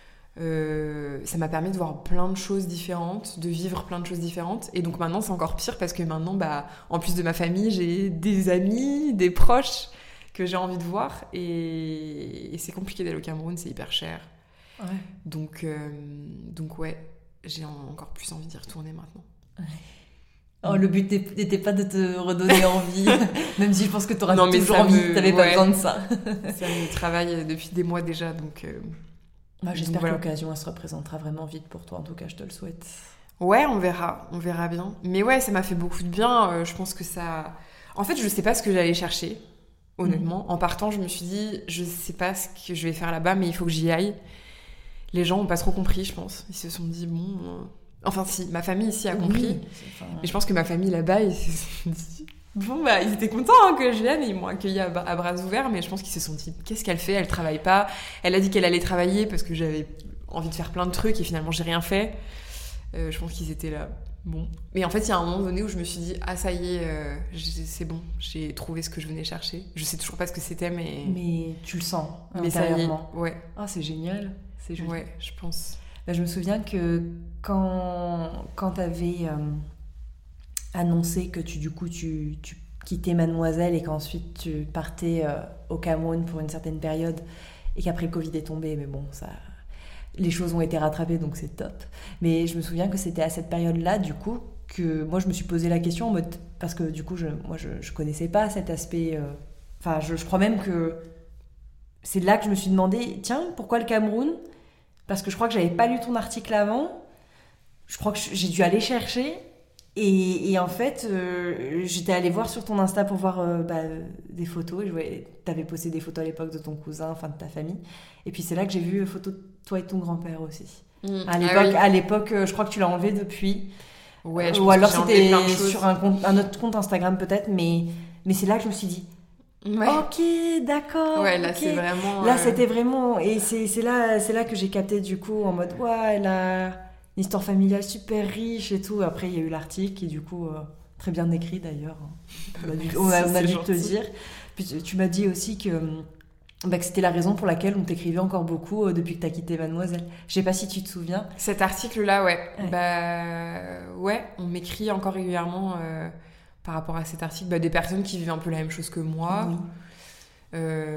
Euh, ça m'a permis de voir plein de choses différentes, de vivre plein de choses différentes. Et donc maintenant, c'est encore pire parce que maintenant, bah, en plus de ma famille, j'ai des amis, des proches que j'ai envie de voir. Et, et c'est compliqué d'aller au Cameroun, c'est hyper cher. Ouais. Donc, euh, donc ouais, j'ai encore plus envie d'y retourner maintenant. Ouais. Oh, le but n'était pas de te redonner envie, même si je pense que tu auras toujours envie, me... tu n'avais pas ouais. besoin de ça. Ça me travaille depuis des mois déjà, donc... Euh... Bah, j'espère voilà. que l'occasion elle se représentera vraiment vite pour toi, en tout cas je te le souhaite. Ouais, on verra, on verra bien. Mais ouais, ça m'a fait beaucoup de bien, euh, je pense que ça... En fait, je sais pas ce que j'allais chercher, honnêtement. Mmh. En partant, je me suis dit, je sais pas ce que je vais faire là-bas, mais il faut que j'y aille. Les gens ont pas trop compris, je pense. Ils se sont dit, bon... Euh... Enfin si, ma famille ici a compris. Oui, enfin... Mais je pense que ma famille là-bas, ils se sont dit... Bon, bah, ils étaient contents hein, que je vienne, ils m'ont accueilli à, à bras ouverts, mais je pense qu'ils se sont dit, qu'est-ce qu'elle fait? Elle travaille pas. Elle a dit qu'elle allait travailler parce que j'avais envie de faire plein de trucs et finalement, j'ai rien fait. Euh, je pense qu'ils étaient là. Bon. Mais en fait, il y a un moment donné où je me suis dit, ah, ça y est, euh, c'est bon, j'ai trouvé ce que je venais chercher. Je sais toujours pas ce que c'était, mais. Mais tu le sens, mais intérieurement. Ça y est, ouais. Ah, c'est génial. C'est joli. Ouais, je pense. Bah, je me souviens que quand, quand t'avais. Euh... annoncé que tu, du coup, tu, tu quittais Mademoiselle et qu'ensuite tu partais euh, au Cameroun pour une certaine période et qu'après le Covid est tombé, mais bon, ça, les choses ont été rattrapées, donc c'est top. Mais je me souviens que c'était à cette période-là, du coup, que moi je me suis posé la question en mode... Parce que du coup, je, moi je, je connaissais pas cet aspect... Enfin, euh, je, je crois même que c'est là que je me suis demandé, tiens, pourquoi le Cameroun? Parce que je crois que j'avais pas lu ton article avant. Je crois que j'ai dû aller chercher... Et, et en fait, euh, j'étais allée voir sur ton Insta pour voir euh, bah, des photos. Tu avais posté des photos à l'époque de ton cousin, enfin de ta famille. Et puis c'est là que j'ai vu une photo de toi et ton grand-père aussi. Mmh. À l'époque, ah oui. à l'époque euh, je crois que tu l'as enlevé depuis. Ouais, je Ou pense alors que j'ai c'était sur un, compte, un autre compte Instagram peut-être, mais, mais c'est là que je me suis dit. Ouais. Ok, d'accord. Ouais, là okay. c'est vraiment. Là euh... c'était vraiment. Et c'est, c'est, là, c'est là que j'ai capté du coup en mode ouais, elle a. Une histoire familiale super riche et tout. Après, il y a eu l'article qui, du coup, euh, très bien écrit d'ailleurs. On a dû, on a, on a dû te le dire. Puis tu, tu m'as dit aussi que, bah, que c'était la raison pour laquelle on t'écrivait encore beaucoup euh, depuis que tu as quitté Mademoiselle. Je sais pas si tu te souviens. Cet article-là, ouais. ouais. Bah, ouais, on m'écrit encore régulièrement euh, par rapport à cet article. Bah, des personnes qui vivent un peu la même chose que moi. Oui. Euh,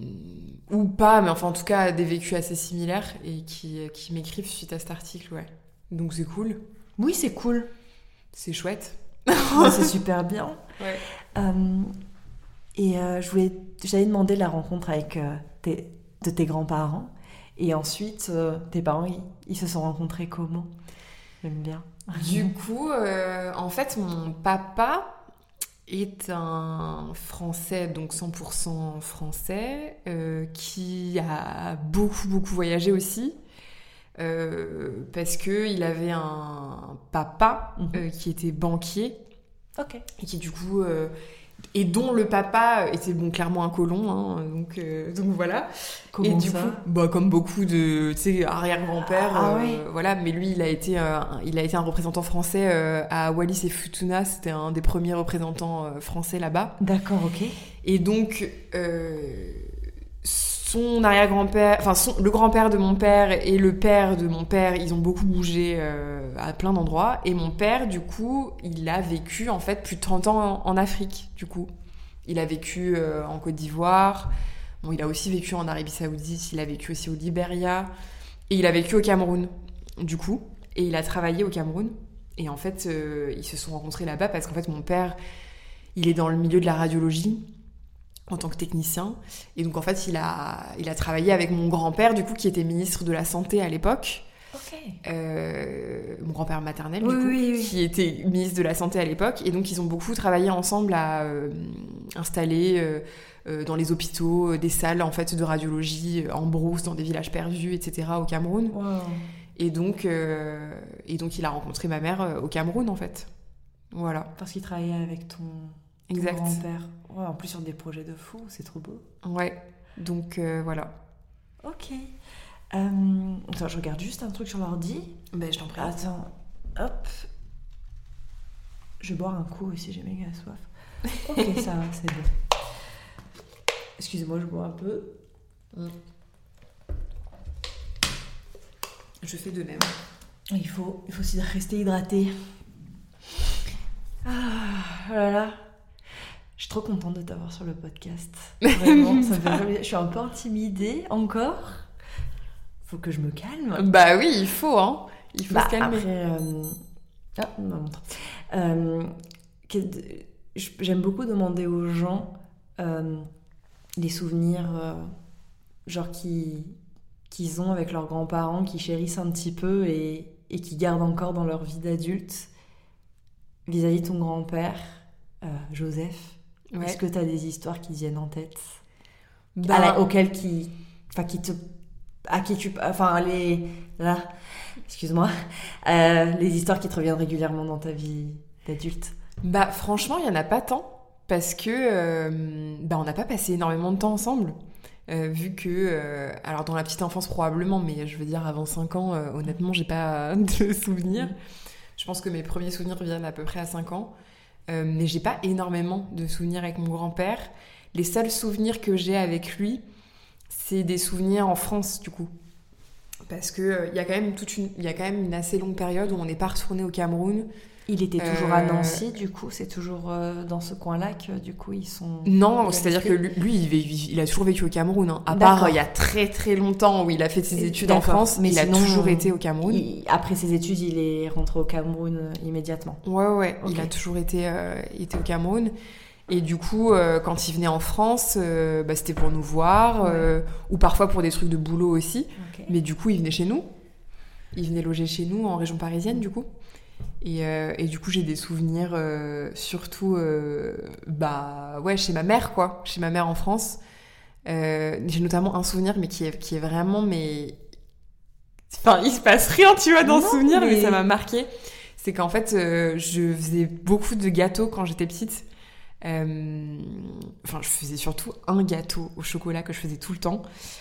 ou pas, mais enfin en tout cas des vécus assez similaires et qui, qui m'écrivent suite à cet article, ouais. Donc c'est cool. Oui, c'est cool. C'est chouette. Ouais, c'est super bien. Ouais. Euh, et euh, je voulais, j'avais demandé la rencontre avec euh, tes, de tes grands-parents. Et ensuite, euh, tes parents, ils, ils se sont rencontrés comment? J'aime bien. Du coup, euh, en fait, mon papa est un Français, donc cent pour cent français, euh, qui a beaucoup, beaucoup voyagé aussi, euh, parce qu'il avait un papa mmh. euh, qui était banquier, okay. et qui du coup... Euh, et dont le papa était bon, clairement un colon, hein, donc, euh, donc voilà. Comment et du ça coup, bah, comme beaucoup de arrière-grand-père, ah, euh, oui. voilà, mais lui il a été, euh, il a été un représentant français euh, à Wallis et Futuna, c'était un des premiers représentants euh, français là-bas. D'accord, ok. Et donc, euh, son arrière-grand-père, enfin son, le grand-père de mon père et le père de mon père, ils ont beaucoup bougé euh, à plein d'endroits. Et mon père, du coup, il a vécu en fait plus de trente ans en, en Afrique, du coup. Il a vécu euh, en Côte d'Ivoire, bon, il a aussi vécu en Arabie Saoudite, il a vécu aussi au Libéria, et il a vécu au Cameroun, du coup. Et il a travaillé au Cameroun. Et en fait, euh, ils se sont rencontrés là-bas parce qu'en fait, mon père, il est dans le milieu de la radiologie, en tant que technicien. Et donc, en fait, il a, il a travaillé avec mon grand-père, du coup, qui était ministre de la Santé à l'époque. Ok. Euh, mon grand-père maternel, Oui, du coup, oui, oui. qui était ministre de la Santé à l'époque. Et donc, ils ont beaucoup travaillé ensemble à euh, installer euh, euh, dans les hôpitaux euh, des salles en fait, de radiologie euh, en brousse, dans des villages perdus, et cetera, au Cameroun. Wow. Et donc, euh, et donc, il a rencontré ma mère euh, au Cameroun, en fait. Voilà. Parce qu'il travaillait avec ton, ton Exact. grand-père. Ouais, en plus sur des projets de fou, c'est trop beau. Ouais. Donc, euh, voilà. Ok. Euh, attends, je regarde juste un truc sur l'ordi. Ben, je t'en prie. Attends, hop. Je vais boire un coup aussi, j'ai méga soif. Ok, ça va, c'est bon. Excusez-moi, je bois un peu. Mm. Je fais de même. Il faut, il faut aussi rester hydraté. Ah, oh là là. Je suis trop contente de t'avoir sur le podcast. Vraiment, ça me fait vraiment... Je suis un peu intimidée encore. Faut que je me calme. Bah oui, il faut, hein. Il faut Bah, se calmer. après, euh... ah, ma montre. Euh, que- J'aime beaucoup demander aux gens euh, les souvenirs euh, genre qui qu'ils ont avec leurs grands-parents, qui chérissent un petit peu et, et qui gardent encore dans leur vie d'adulte. Vis-à-vis de ton grand-père, euh, Joseph, Ouais. est-ce que tu as des histoires qui te viennent en tête Bah, à la- auxquelles qui, enfin qui te, à qui tu, enfin les, là, excuse-moi, euh, les histoires qui te reviennent régulièrement dans ta vie d'adulte. bah, franchement, il n'y en a pas tant. Parce que euh, bah, on n'a pas passé énormément de temps ensemble. Euh, vu que, euh, alors dans la petite enfance probablement, mais je veux dire avant cinq ans, euh, honnêtement, j'ai pas de souvenirs. Je pense que mes premiers souvenirs viennent à peu près à cinq ans. Euh, mais j'ai pas énormément de souvenirs avec mon grand-père. Les seuls souvenirs que j'ai avec lui, c'est des souvenirs en France, du coup. Parce que euh, il y a quand même toute une, il y a quand même une assez longue période où on n'est pas retourné au Cameroun. Il était toujours Euh, à Nancy, du coup, c'est toujours euh, dans ce coin-là que du coup ils sont. Non, ils c'est-à-dire que restent. lui, lui, il, vit- il a toujours vécu au Cameroun. Hein. À D'accord. part euh, il y a très très longtemps où il a fait ses Et- études en d'accord. France, mais Mais il sinon, a toujours euh, été au Cameroun. Il- après ses études, il est rentré au Cameroun euh, immédiatement. Ouais, ouais, ouais. Ok. Il a toujours été, euh, il était au Cameroun. Et du coup, euh, quand il venait en France, euh, bah, c'était pour nous voir, euh, ou parfois pour des trucs de boulot aussi. Ok. Mais du coup, il venait chez nous. Il venait loger chez nous en région parisienne, du coup. Et, euh, et du coup, j'ai des souvenirs, euh, surtout, euh, bah, ouais, chez ma mère, quoi. Chez ma mère en France. Euh, j'ai notamment un souvenir, mais qui est, qui est vraiment, mais... Enfin, il se passe rien, tu vois, dans Non, ce souvenir, mais... mais- ça m'a marqué. C'est qu'en fait, euh, je faisais beaucoup de gâteaux quand j'étais petite. Euh, Enfin, je faisais surtout un gâteau au chocolat que je faisais tout le temps.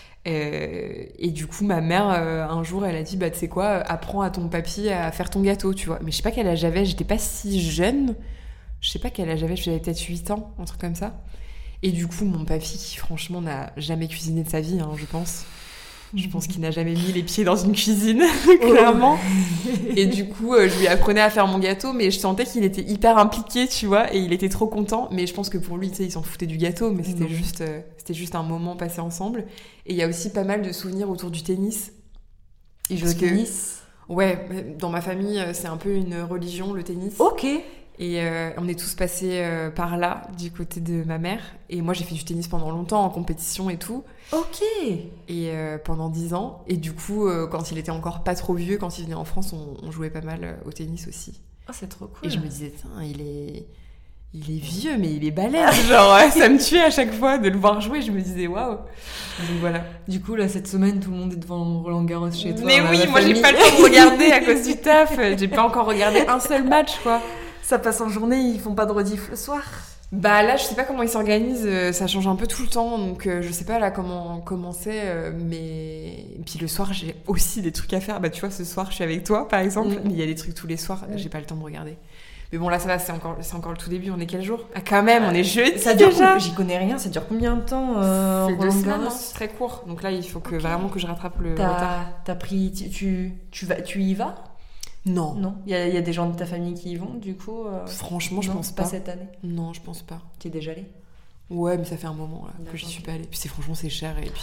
Euh, et du coup, ma mère, euh, un jour, elle a dit, bah, tu sais quoi, apprends à ton papy à faire ton gâteau, tu vois. Mais je sais pas quel âge j'avais, j'étais pas si jeune. Je sais pas quel âge j'avais, j'avais peut-être huit ans, un truc comme ça. Et du coup, mon papy, qui franchement n'a jamais cuisiné de sa vie, hein, je pense. Je pense qu'il n'a jamais mis les pieds dans une cuisine, clairement. Et du coup, euh, je lui apprenais à faire mon gâteau, mais je sentais qu'il était hyper impliqué, tu vois, et il était trop content. Mais je pense que pour lui, tu sais, il s'en foutait du gâteau, mais c'était Non. juste, euh, c'était juste un moment passé ensemble. Et il y a aussi pas mal de souvenirs autour du tennis. Il joue Parce au que- tennis. Ouais, dans ma famille, euh, c'est un peu une religion, le tennis. Ok. Et euh, on est tous passés euh, par là, du côté de ma mère. Et moi, j'ai fait du tennis pendant longtemps, en compétition et tout. Ok. Et euh, pendant dix ans. Et du coup, euh, quand il était encore pas trop vieux, quand il venait en France, on, on jouait pas mal euh, au tennis aussi. Oh, c'est trop cool. Et je me disais, tiens, il est... il est vieux, mais il est balèze. Genre, ouais, ça me tuait à chaque fois de le voir jouer. Je me disais, waouh. Donc voilà. Du coup, là, cette semaine, tout le monde est devant Roland Garros chez toi. Mais dans oui, la moi, j'ai famille. pas le temps de regarder à cause du taf. J'ai pas encore regardé un seul match, quoi. Ça passe en journée, ils font pas de rediff le soir. Bah là, je sais pas comment ils s'organisent, euh, ça change un peu tout le temps, donc euh, je sais pas là comment comment c'est, euh, mais et puis le soir j'ai aussi des trucs à faire. Bah tu vois, ce soir je suis avec toi par exemple, Mm. mais il y a des trucs tous les soirs, Mm. j'ai pas le temps de regarder. Mais bon là ça va, c'est encore c'est encore le tout début. On est quel jour? Ah quand même, on est jeudi Ça dure déjà. com- J'y connais rien, ça dure combien de temps euh, C'est deux Roland semaines, Garros hein, c'est très court. Donc là il faut que Ok. vraiment que je rattrape le retard. T'as t'as pris. Tu, tu, tu, vas, tu y vas Non. Non. Il y, a- il y a des gens de ta famille qui y vont, du coup. euh, Franchement, je non, pense pas pas. cette année. Non, je pense pas. Tu es déjà allée Ouais, mais ça fait un moment là que D'accord. j'y suis pas allée. Puis c'est franchement c'est cher et puis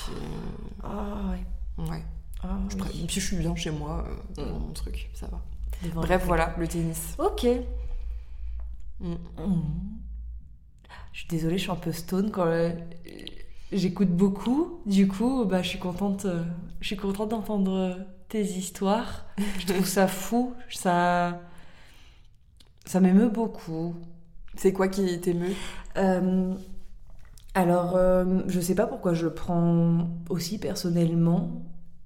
Ah ouais. euh, ouais. Ah, Je oui. pr- Et puis je suis bien chez moi euh, dans Mm. mon truc, ça va. Devant Bref, la- voilà, le tennis. Ok. Mm. Mhm. Je suis désolée, je suis un peu stone quand euh, j'écoute beaucoup. Du coup, bah, je suis contente, euh, je suis contente d'entendre euh, tes histoires. Je trouve ça fou. Ça, ça m'émeut beaucoup. C'est quoi qui t'émeut ? euh, Alors, euh, je sais pas pourquoi je le prends aussi personnellement,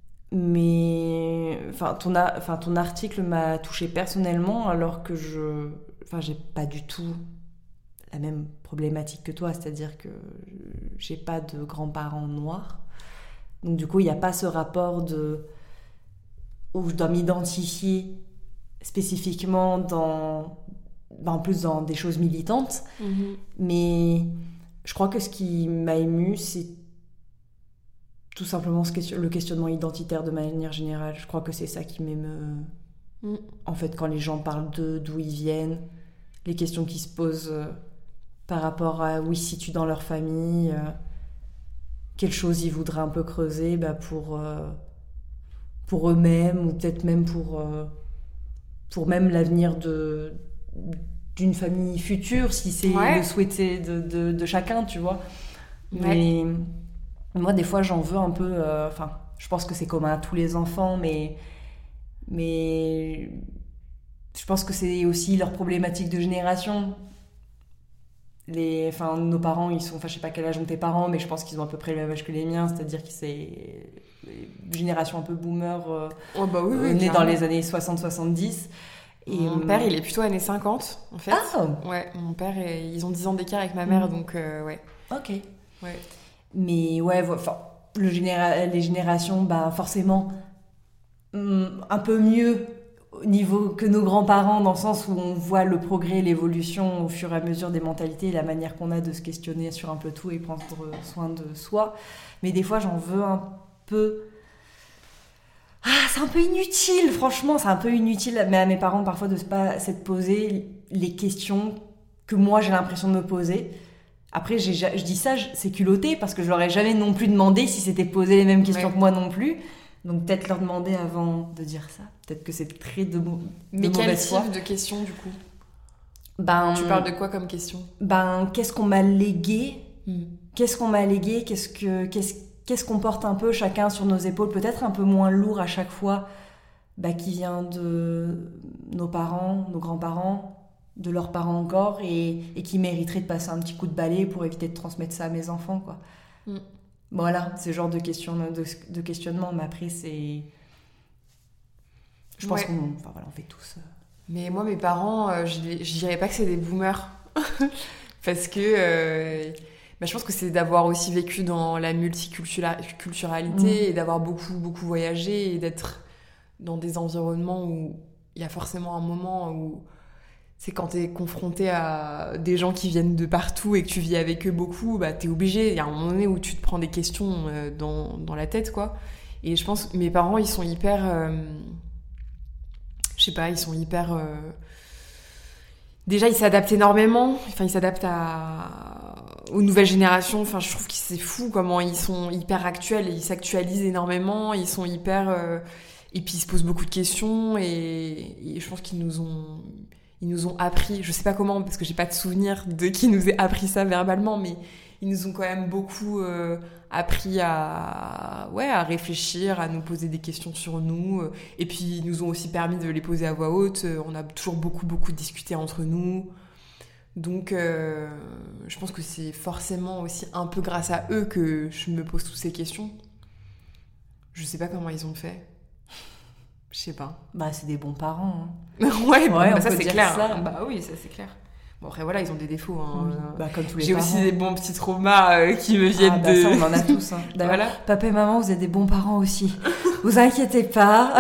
mais enfin, ton, a... enfin, ton article m'a touchée personnellement alors que je... Enfin, j'ai pas du tout la même problématique que toi, c'est-à-dire que j'ai pas de grands-parents noirs. Donc du coup, il n'y a pas ce rapport de... où je dois m'identifier spécifiquement dans... Ben, en plus dans des choses militantes. Mm-hmm. Mais je crois que ce qui m'a émue, c'est tout simplement ce question... le questionnement identitaire de manière générale. Je crois que c'est ça qui m'émeut. Mm. En fait, quand les gens parlent de d'où ils viennent, les questions qui se posent euh, par rapport à où ils se situent dans leur famille... Euh, quelle chose ils voudraient un peu creuser bah, pour, euh, pour eux-mêmes ou peut-être même pour, euh, pour même l'avenir de, d'une famille future, si c'est ouais. le souhaité de, de, de chacun, tu vois. Ouais. Mais moi, des fois, j'en veux un peu... Enfin, euh, je pense que c'est commun à tous les enfants, mais, mais je pense que c'est aussi leur problématique de génération. Les, enfin, nos parents, ils sont, enfin, je sais pas quel âge ont tes parents, mais je pense qu'ils ont à peu près le même âge que les miens, c'est-à-dire que c'est une génération un peu boomer, euh, oh bah oui, oui, née dans les années soixante soixante-dix. Et mon père, il est plutôt années cinquante, en fait. Ah ouais, mon père, ils ont dix ans d'écart avec ma mère, mmh. donc euh, ouais. Ok. Ouais. Mais ouais, enfin, le généra- les générations, bah forcément, un peu mieux au niveau que nos grands-parents, dans le sens où on voit le progrès, l'évolution au fur et à mesure des mentalités, la manière qu'on a de se questionner sur un peu tout et prendre soin de soi. Mais des fois, j'en veux un peu... Ah, c'est un peu inutile, franchement, c'est un peu inutile, mais à mes parents, parfois, de ne pas s'être poser les questions que moi, j'ai l'impression de me poser. Après, j'ai, je dis ça, c'est culotté, parce que je leur ai jamais non plus demandé si c'était poser les mêmes questions ouais. que moi non plus. Donc peut-être leur demander avant de dire ça. Peut-être que c'est très de, mo- de Mais mauvaise foi. quel type de questions, du coup ? Ben, tu parles de quoi comme question ? Ben, qu'est-ce qu'on m'a légué ? hmm. Qu'est-ce qu'on m'a légué ? Qu'est-ce, que, qu'est-ce, qu'est-ce qu'on porte un peu chacun sur nos épaules ? Peut-être un peu moins lourd à chaque fois, bah, qui vient de nos parents, nos grands-parents, de leurs parents encore, et, et qui mériterait de passer un petit coup de balai pour éviter de transmettre ça à mes enfants, quoi. hmm. Voilà, c'est le genre de, question, de, de questionnement, mais après, c'est... Je pense ouais. qu'on enfin, voilà, on fait tous... Euh... Mais moi, mes parents, euh, je, je dirais pas que c'est des boomers. Parce que euh, bah, je pense que c'est d'avoir aussi vécu dans la multiculturalité mmh. et d'avoir beaucoup, beaucoup voyagé et d'être dans des environnements où il y a forcément un moment où... C'est quand t'es confronté à des gens qui viennent de partout et que tu vis avec eux beaucoup, bah t'es obligé. Il y a un moment donné où tu te prends des questions euh, dans, dans la tête, quoi. Et je pense que mes parents, ils sont hyper... Euh, je sais pas, ils sont hyper... Euh, déjà, ils s'adaptent énormément. Enfin, ils s'adaptent à... aux nouvelles générations. Enfin, je trouve que c'est fou comment ils sont hyper actuels et ils s'actualisent énormément. Ils sont hyper... Euh, et puis, ils se posent beaucoup de questions et, et je pense qu'ils nous ont... Ils nous ont appris, je sais pas comment, parce que j'ai pas de souvenir de qui nous ait appris ça verbalement, mais ils nous ont quand même beaucoup euh, appris à, ouais, à réfléchir, à nous poser des questions sur nous. Et puis, ils nous ont aussi permis de les poser à voix haute. On a toujours beaucoup, beaucoup discuté entre nous. Donc, euh, je pense que c'est forcément aussi un peu grâce à eux que je me pose toutes ces questions. Je sais pas comment ils ont fait. Je sais pas. Bah, c'est des bons parents. Hein. ouais, bon, ouais bah, ça c'est clair. Ça. Hein. Bah oui, ça c'est clair. Bon, après voilà, ils ont des défauts. Hein. Oui. Bah, comme tous les J'ai parents. aussi des bons petits traumas euh, qui me viennent ah, bah, de. Ça, on en a tous. Hein. Voilà. Papa et maman, vous êtes des bons parents aussi. Vous inquiétez pas.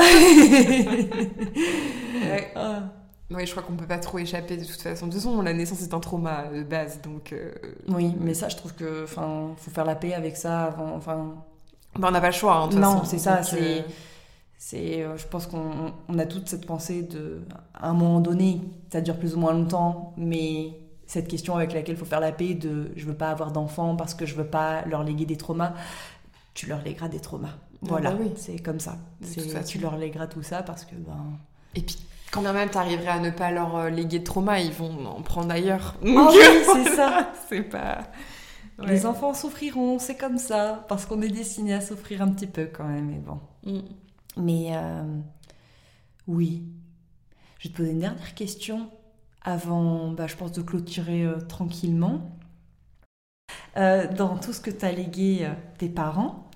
ouais. Ah. Oui, je crois qu'on peut pas trop échapper de toute façon. De toute façon, la naissance est un trauma de base, donc. Euh... Oui, mais ça, je trouve que, enfin, faut faire la paix avec ça avant. Enfin. Bah, on n'a pas le choix. Hein, de toute non, façon. c'est ça. Donc, c'est. Euh... C'est, euh, je pense qu'on on a toute cette pensée de, à un moment donné, ça dure plus ou moins longtemps, mais cette question avec laquelle il faut faire la paix de je veux pas avoir d'enfants parce que je veux pas leur léguer des traumas, tu leur légueras des traumas. Voilà, bah oui. C'est comme ça. C'est, tu leur légueras tout ça parce que ben. Et puis quand bien même t'arriverais à ne pas leur léguer de traumas, ils vont en prendre ailleurs. Oh oui, c'est ça. C'est pas. Ouais. Les enfants souffriront, c'est comme ça, parce qu'on est destiné à souffrir un petit peu quand même, mais bon. Mm. Mais euh, oui. Je vais te poser une dernière question avant, bah, je pense, de clôturer euh, tranquillement. Euh, dans tout ce que t'as légué euh, tes parents,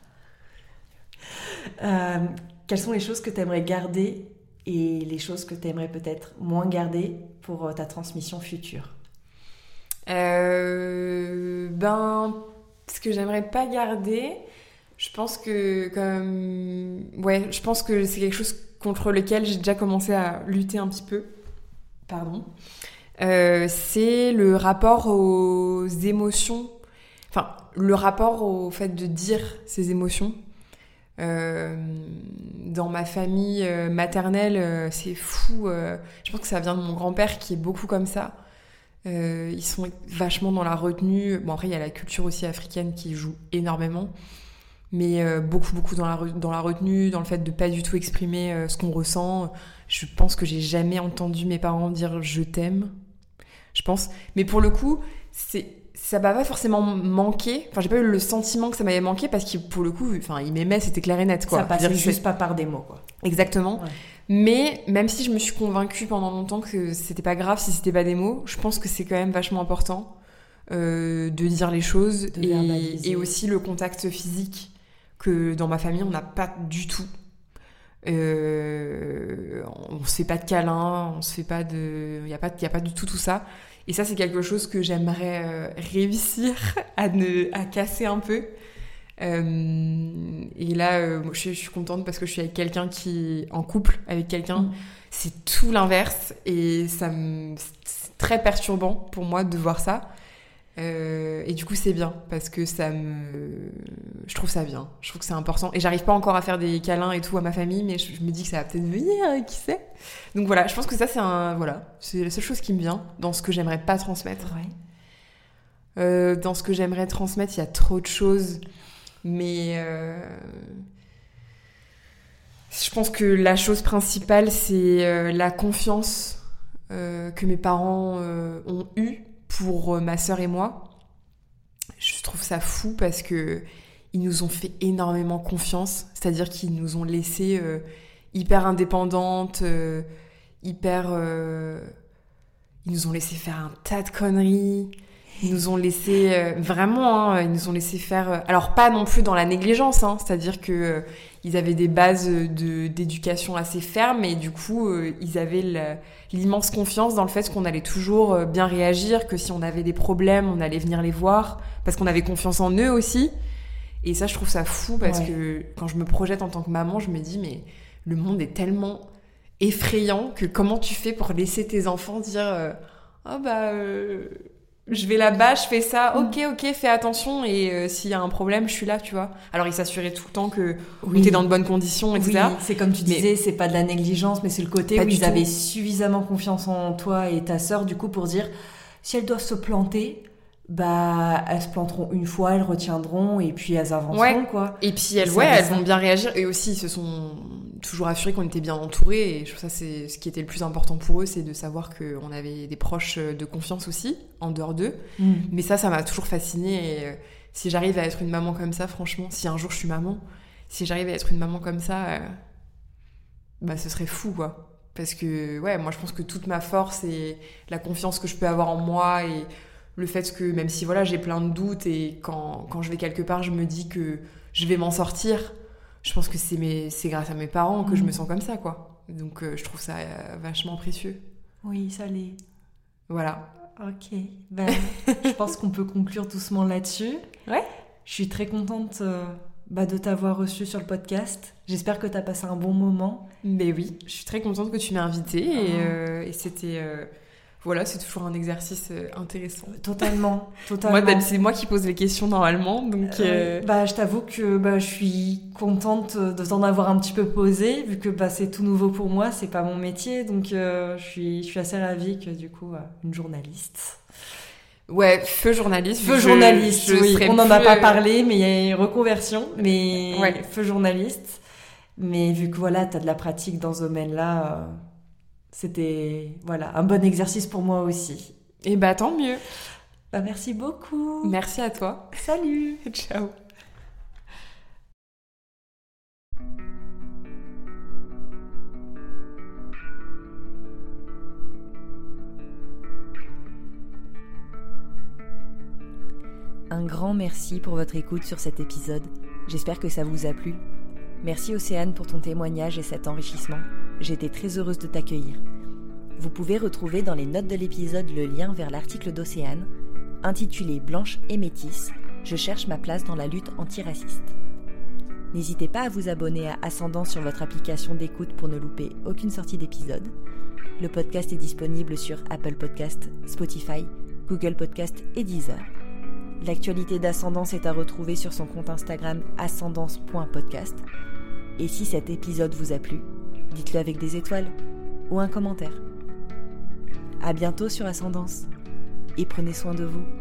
euh, quelles sont les choses que t'aimerais garder et les choses que t'aimerais peut-être moins garder pour euh, ta transmission future? Euh, ben, ce que j'aimerais pas garder, je pense que comme, ouais, je pense que c'est quelque chose contre lequel j'ai déjà commencé à lutter un petit peu. Pardon. Euh, c'est le rapport aux émotions, enfin, le rapport au fait de dire ses émotions. Euh, dans ma famille euh, maternelle, euh, c'est fou. Euh, je pense que ça vient de mon grand-père qui est beaucoup comme ça. Euh, ils sont vachement dans la retenue. Bon, après, il y a la culture aussi africaine qui joue énormément. Mais euh, beaucoup, beaucoup dans la, re- dans la retenue, dans le fait de pas du tout exprimer euh, ce qu'on ressent. Je pense que j'ai jamais entendu mes parents dire « je t'aime ». Je pense. Mais pour le coup, c'est... ça m'a pas forcément manqué. Enfin, j'ai pas eu le sentiment que ça m'avait manqué parce que pour le coup, enfin, il m'aimait, c'était clair et net, quoi. Ça passait dire, juste c'est... pas par des mots, quoi. Exactement. Ouais. Mais même si je me suis convaincue pendant longtemps que c'était pas grave si c'était pas des mots, je pense que c'est quand même vachement important euh, de dire les choses De et, verbaliser. et aussi le contact physique que dans ma famille on n'a pas du tout. Euh, on se fait pas de câlins, on se fait pas de, il y a pas, il y a pas du tout tout ça. Et ça c'est quelque chose que j'aimerais euh, réussir à ne, à casser un peu. Euh, et là, euh, je, je suis contente parce que je suis avec quelqu'un qui en couple avec quelqu'un. Mmh. C'est tout l'inverse et ça me, c'est très perturbant pour moi de voir ça. Euh, et du coup, c'est bien parce que ça me, je trouve ça bien. Je trouve que c'est important. Et j'arrive pas encore à faire des câlins et tout à ma famille, mais je, je me dis que ça va peut-être venir, qui sait. Donc voilà, je pense que ça c'est un, voilà, c'est la seule chose qui me vient dans ce que j'aimerais pas transmettre. Ouais. Euh, dans ce que j'aimerais transmettre, il y a trop de choses. Mais euh, je pense que la chose principale, c'est euh, la confiance euh, que mes parents euh, ont eue pour euh, ma sœur et moi. Je trouve ça fou parce que ils nous ont fait énormément confiance, c'est-à-dire qu'ils nous ont laissé euh, hyper indépendantes, euh, hyper, euh, ils nous ont laissé faire un tas de conneries. Ils nous ont laissé, euh, vraiment, hein, ils nous ont laissé faire... Euh, alors, pas non plus dans la négligence, hein, c'est-à-dire que euh, ils avaient des bases de, d'éducation assez fermes et du coup, euh, ils avaient la, l'immense confiance dans le fait qu'on allait toujours euh, bien réagir, que si on avait des problèmes, on allait venir les voir, parce qu'on avait confiance en eux aussi. Et ça, je trouve ça fou, parce ouais. que quand je me projette en tant que maman, je me dis, mais le monde est tellement effrayant que comment tu fais pour laisser tes enfants dire euh, « Oh bah... Euh, je vais là-bas, je fais ça, ok, ok, fais attention, et euh, s'il y a un problème, je suis là, tu vois. » Alors, ils s'assuraient tout le temps que oui. on était dans de bonnes conditions, et cetera. Oui, c'est comme tu disais, mais c'est pas de la négligence, mais c'est le côté où ils tout. avaient suffisamment confiance en toi et ta sœur, du coup, pour dire, si elles doivent se planter, bah, elles se planteront une fois, elles retiendront, et puis elles avanceront, ouais. quoi. Et puis, elles, ouais, elles vont bien réagir, et aussi, ils se sont toujours assurés qu'on était bien entourés, et je trouve ça, c'est ce qui était le plus important pour eux, c'est de savoir qu'on avait des proches de confiance aussi, en dehors d'eux. Mm. Mais ça, ça m'a toujours fascinée, et euh, si j'arrive à être une maman comme ça, franchement, si un jour je suis maman, si j'arrive à être une maman comme ça, euh, bah, ce serait fou, quoi. Parce que, ouais, moi, je pense que toute ma force et la confiance que je peux avoir en moi, et le fait que, même si, voilà, j'ai plein de doutes, et quand, quand je vais quelque part, je me dis que je vais m'en sortir, je pense que c'est, mes, c'est grâce à mes parents que mmh. je me sens comme ça, quoi. Donc, euh, je trouve ça euh, vachement précieux. Oui, ça l'est. Voilà. Ok. Ben, je pense qu'on peut conclure doucement là-dessus. Ouais. Je suis très contente euh, bah, de t'avoir reçue sur le podcast. J'espère que tu as passé un bon moment. Mais oui, je suis très contente que tu m'aies invitée. Et, oh. euh, et c'était... Euh... Voilà, c'est toujours un exercice intéressant. Totalement, totalement. Moi, c'est moi qui pose les questions normalement, donc... Euh... Euh, bah, je t'avoue que bah, je suis contente de t'en avoir un petit peu posé, vu que bah, c'est tout nouveau pour moi, c'est pas mon métier, donc euh, je, suis, je suis assez ravie que du coup, euh, une journaliste... Ouais, feu journaliste. Feu je, journaliste, je oui. On n'en a pas parlé, mais il y a une reconversion, mais ouais. Feu journaliste. Mais vu que voilà, t'as de la pratique dans ce domaine-là... Euh... C'était voilà, un bon exercice pour moi aussi. Et bah tant mieux. Bah, merci beaucoup. Merci à toi. Salut. Ciao. Un grand merci pour votre écoute sur cet épisode. J'espère que ça vous a plu. Merci Océane pour ton témoignage et cet enrichissement. J'ai été très heureuse de t'accueillir. Vous pouvez retrouver dans les notes de l'épisode le lien vers l'article d'Océane, intitulé « Blanche et métisse, je cherche ma place dans la lutte antiraciste ». N'hésitez pas à vous abonner à Ascendance sur votre application d'écoute pour ne louper aucune sortie d'épisode. Le podcast est disponible sur Apple Podcasts, Spotify, Google Podcasts et Deezer. L'actualité d'Ascendance est à retrouver sur son compte Instagram ascendance point podcast. Et si cet épisode vous a plu, dites-le avec des étoiles ou un commentaire. À bientôt sur Ascendance et prenez soin de vous.